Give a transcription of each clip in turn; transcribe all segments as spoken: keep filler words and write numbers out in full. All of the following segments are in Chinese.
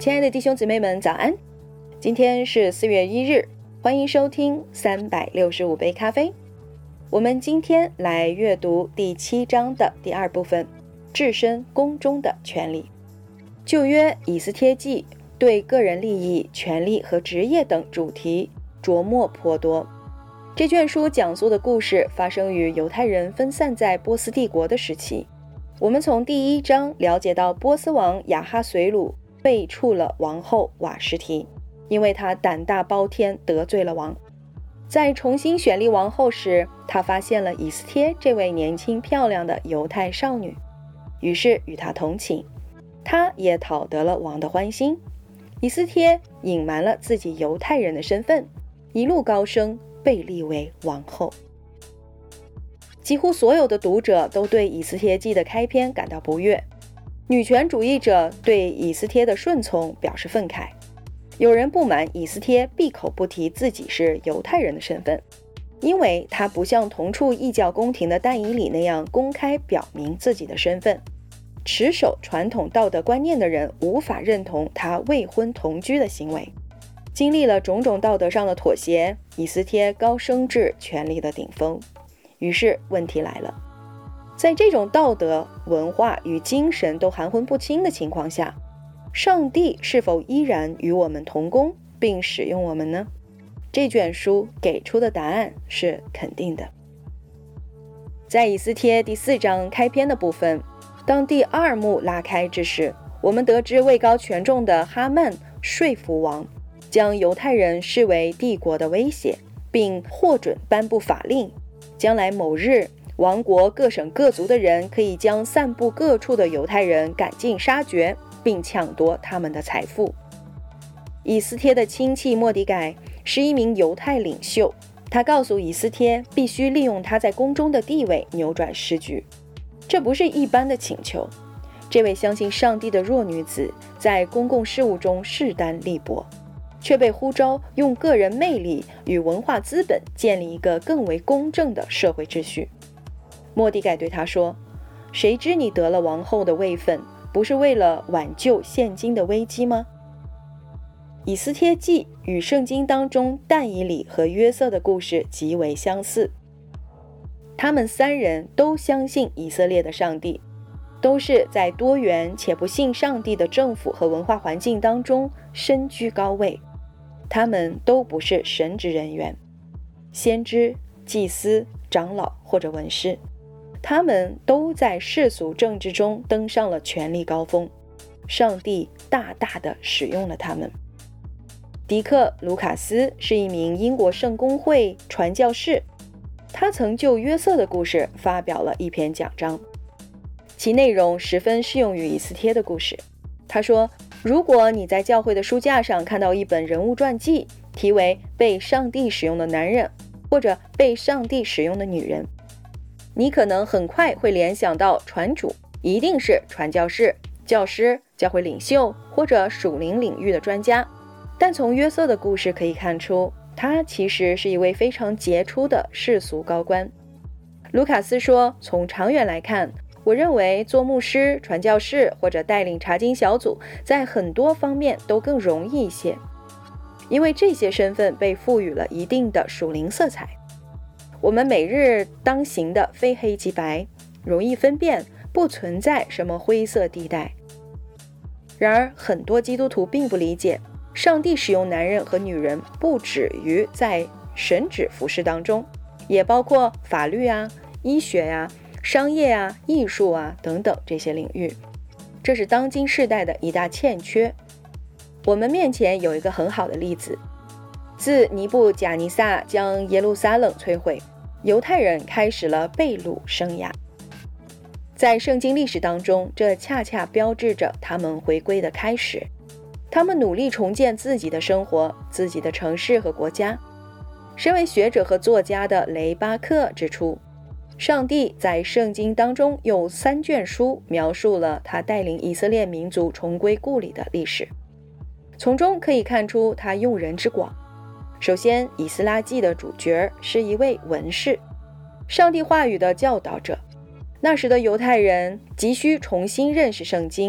亲爱的弟兄姊妹们早安，今天是四月一日，欢迎收听三百六十五杯咖啡。我们今天来阅读第七章的第二部分，置身宫中的权利。旧约以斯帖记对个人利益、权利和职业等主题琢磨颇多。这卷书讲述的故事发生于犹太人分散在波斯帝国的时期。我们从第一章了解到波斯王亚哈随鲁废黜了王后瓦实提，因为他胆大包天，得罪了王。在重新选立王后时，他发现了以斯帖这位年轻漂亮的犹太少女，于是与她同寝，他也讨得了王的欢心。以斯帖隐瞒了自己犹太人的身份，一路高升，被立为王后。几乎所有的读者都对以斯帖记的开篇感到不悦，女权主义者对以斯帖的顺从表示愤慨，有人不满以斯帖闭口不提自己是犹太人的身份，因为他不像同处异教宫廷的但以理那样公开表明自己的身份。持守传统道德观念的人无法认同他未婚同居的行为。经历了种种道德上的妥协，以斯帖高升至权力的顶峰。于是问题来了，在这种道德、文化与精神都含混不清的情况下，上帝是否依然与我们同工并使用我们呢？这卷书给出的答案是肯定的。在以斯帖第四章开篇的部分，当第二幕拉开之时，我们得知位高权重的哈曼说服王，将犹太人视为帝国的威胁，并获准颁布法令，将来某日，王国各省各族的人可以将散布各处的犹太人赶尽杀绝，并抢夺他们的财富。以斯帖的亲戚末底改是一名犹太领袖，他告诉以斯帖必须利用他在宫中的地位扭转时局。这不是一般的请求，这位相信上帝的弱女子在公共事务中势单力薄，却被呼召用个人魅力与文化资本建立一个更为公正的社会秩序。末底改对他说，谁知你得了王后的位分，不是为了挽救现今的危机吗？以斯帖记与圣经当中但以理和约瑟的故事极为相似，他们三人都相信以色列的上帝，都是在多元且不信上帝的政府和文化环境当中身居高位。他们都不是神职人员，先知、祭司、长老或者文士，他们都在世俗政治中登上了权力高峰，上帝大大的使用了他们。迪克·卢卡斯是一名英国圣公会传教士，他曾就约瑟的故事发表了一篇讲章，其内容十分适用于以斯帖的故事。他说，如果你在教会的书架上看到一本人物传记，题为被上帝使用的男人或者被上帝使用的女人，你可能很快会联想到传主一定是传教士、教师、教会领袖或者属灵领域的专家。但从约瑟的故事可以看出，他其实是一位非常杰出的世俗高官。卢卡斯说，从长远来看，我认为做牧师、传教士或者带领查经小组在很多方面都更容易一些，因为这些身份被赋予了一定的属灵色彩。我们每日当行的非黑即白，容易分辨，不存在什么灰色地带。然而很多基督徒并不理解，上帝使用男人和女人不止于在神职服事当中，也包括法律啊、医学啊、商业啊、艺术啊等等这些领域。这是当今世代的一大欠缺。我们面前有一个很好的例子，自尼布甲尼撒将耶路撒冷摧毁，犹太人开始了被掳生涯。在圣经历史当中，这恰恰标志着他们回归的开始。他们努力重建自己的生活、自己的城市和国家。身为学者和作家的雷巴克指出，上帝在圣经当中有三卷书描述了他带领以色列民族重归故里的历史，从中可以看出他用人之广。首先，以斯拉记的主角是一位文士，上帝话语的教导者。那时的犹太人急需重新认识圣经，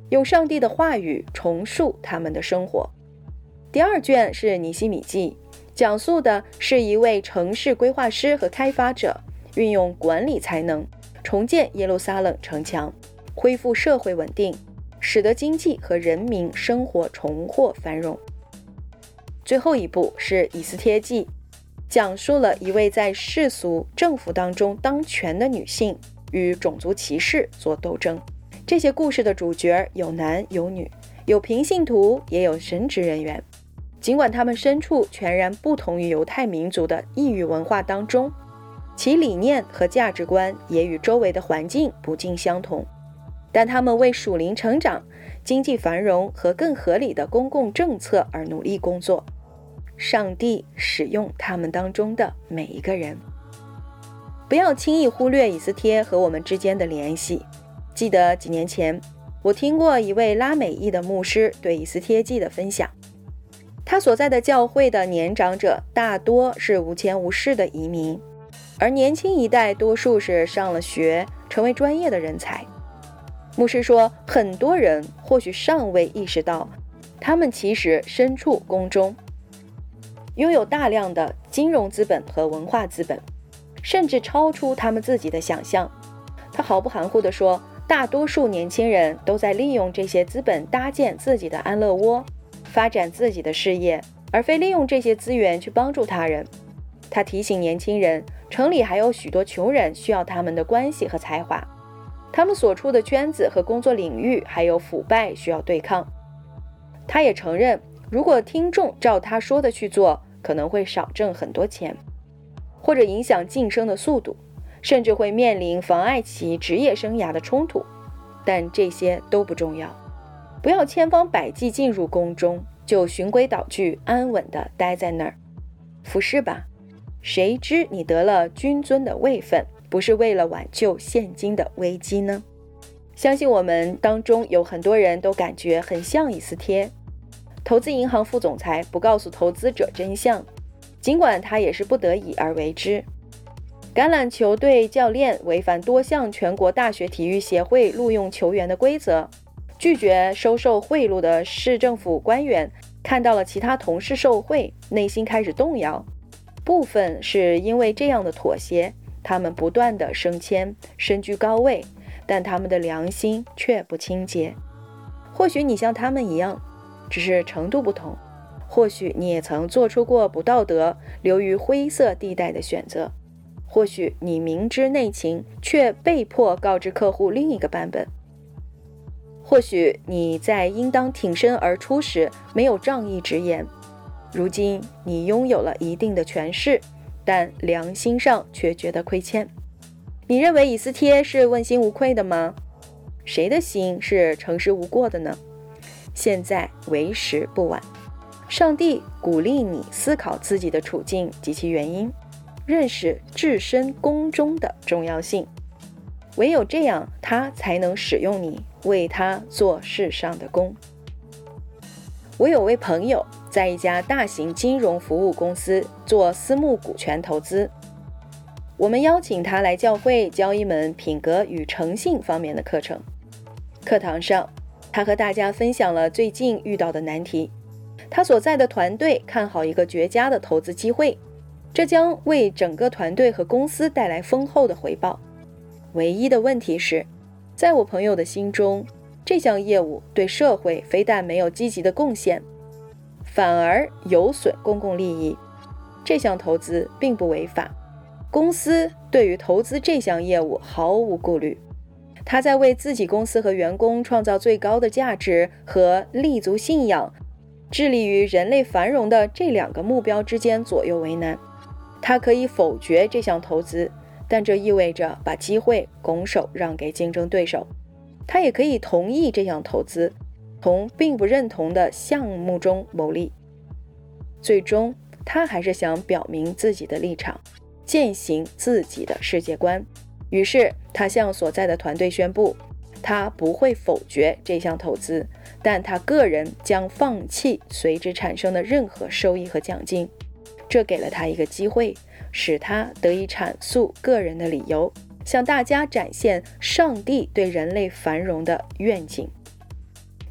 用上帝的话语重述他们的生活。第二卷是尼希米记，讲述的是一位城市规划师和开发者运用管理才能重建耶路撒冷城墙，恢复社会稳定，使得经济和人民生活重获繁荣。最后一部是以斯帖记，讲述了一位在世俗政府当中当权的女性与种族歧视做斗争。这些故事的主角有男有女，有平信徒，也有神职人员。尽管他们身处全然不同于犹太民族的异域文化当中，其理念和价值观也与周围的环境不尽相同，但他们为属灵成长、经济繁荣和更合理的公共政策而努力工作。上帝使用他们当中的每一个人。不要轻易忽略以斯帖和我们之间的联系。记得几年前，我听过一位拉美裔的牧师对以斯帖记的分享。他所在的教会的年长者大多是无钱无势的移民，而年轻一代多数是上了学，成为专业的人才。牧师说，很多人或许尚未意识到，他们其实身处宫中，拥有大量的金融资本和文化资本，甚至超出他们自己的想象。他毫不含糊地说，大多数年轻人都在利用这些资本搭建自己的安乐窝，发展自己的事业，而非利用这些资源去帮助他人。他提醒年轻人，城里还有许多穷人需要他们的关系和才华，他们所处的圈子和工作领域还有腐败需要对抗。他也承认，如果听众照他说的去做，可能会少挣很多钱，或者影响晋升的速度，甚至会面临妨碍其职业生涯的冲突。但这些都不重要，不要千方百计进入宫中，就循规蹈矩安稳地待在那儿。服侍吧，谁知你得了君尊的位分，不是为了挽救现今的危机呢？相信我们当中有很多人都感觉很像以斯帖。投资银行副总裁不告诉投资者真相，尽管他也是不得已而为之。橄榄球队教练违反多项全国大学体育协会录用球员的规则，拒绝收受贿赂的市政府官员看到了其他同事受贿，内心开始动摇。部分是因为这样的妥协，他们不断地升迁，身居高位，但他们的良心却不清洁。或许你像他们一样，只是程度不同。或许你也曾做出过不道德、流于灰色地带的选择。或许你明知内情，却被迫告知客户另一个版本。或许你在应当挺身而出时没有仗义直言，如今你拥有了一定的权势，但良心上却觉得亏欠。你认为以斯帖是问心无愧的吗？谁的心是诚实无过的呢？现在为时不晚。上帝鼓励你思考自己的处境及其原因，认识置身宫中的重要性。唯有这样，他才能使用你，为他做世上的工。我有位朋友在一家大型金融服务公司做私募股权投资，我们邀请他来教会教一门品格与诚信方面的课程。课堂上，他和大家分享了最近遇到的难题。他所在的团队看好一个绝佳的投资机会，这将为整个团队和公司带来丰厚的回报。唯一的问题是，在我朋友的心中，这项业务对社会非但没有积极的贡献，反而有损公共利益。这项投资并不违法，公司对于投资这项业务毫无顾虑。他在为自己公司和员工创造最高的价值和立足信仰，致力于人类繁荣的这两个目标之间左右为难。他可以否决这项投资，但这意味着把机会拱手让给竞争对手。他也可以同意这项投资，从并不认同的项目中牟利。最终，他还是想表明自己的立场，践行自己的世界观。于是，他向所在的团队宣布，他不会否决这项投资，但他个人将放弃随之产生的任何收益和奖金。这给了他一个机会，使他得以阐述个人的理由，向大家展现上帝对人类繁荣的愿景。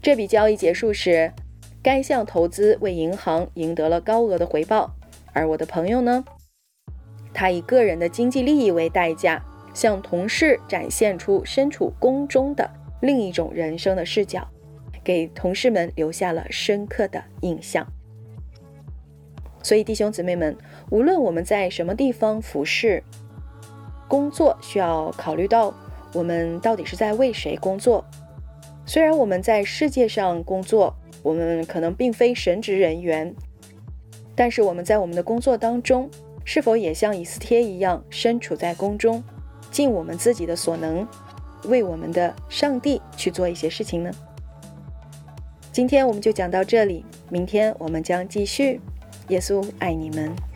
这笔交易结束时，该项投资为银行赢得了高额的回报，而我的朋友呢，他以个人的经济利益为代价，向同事展现出身处宫中的另一种人生的视角，给同事们留下了深刻的印象。所以弟兄姊妹们，无论我们在什么地方服侍工作，需要考虑到我们到底是在为谁工作。虽然我们在世界上工作，我们可能并非神职人员，但是我们在我们的工作当中，是否也像以斯帖一样身处在宫中，尽我们自己的所能，为我们的上帝去做一些事情呢？今天我们就讲到这里，明天我们将继续。耶稣爱你们。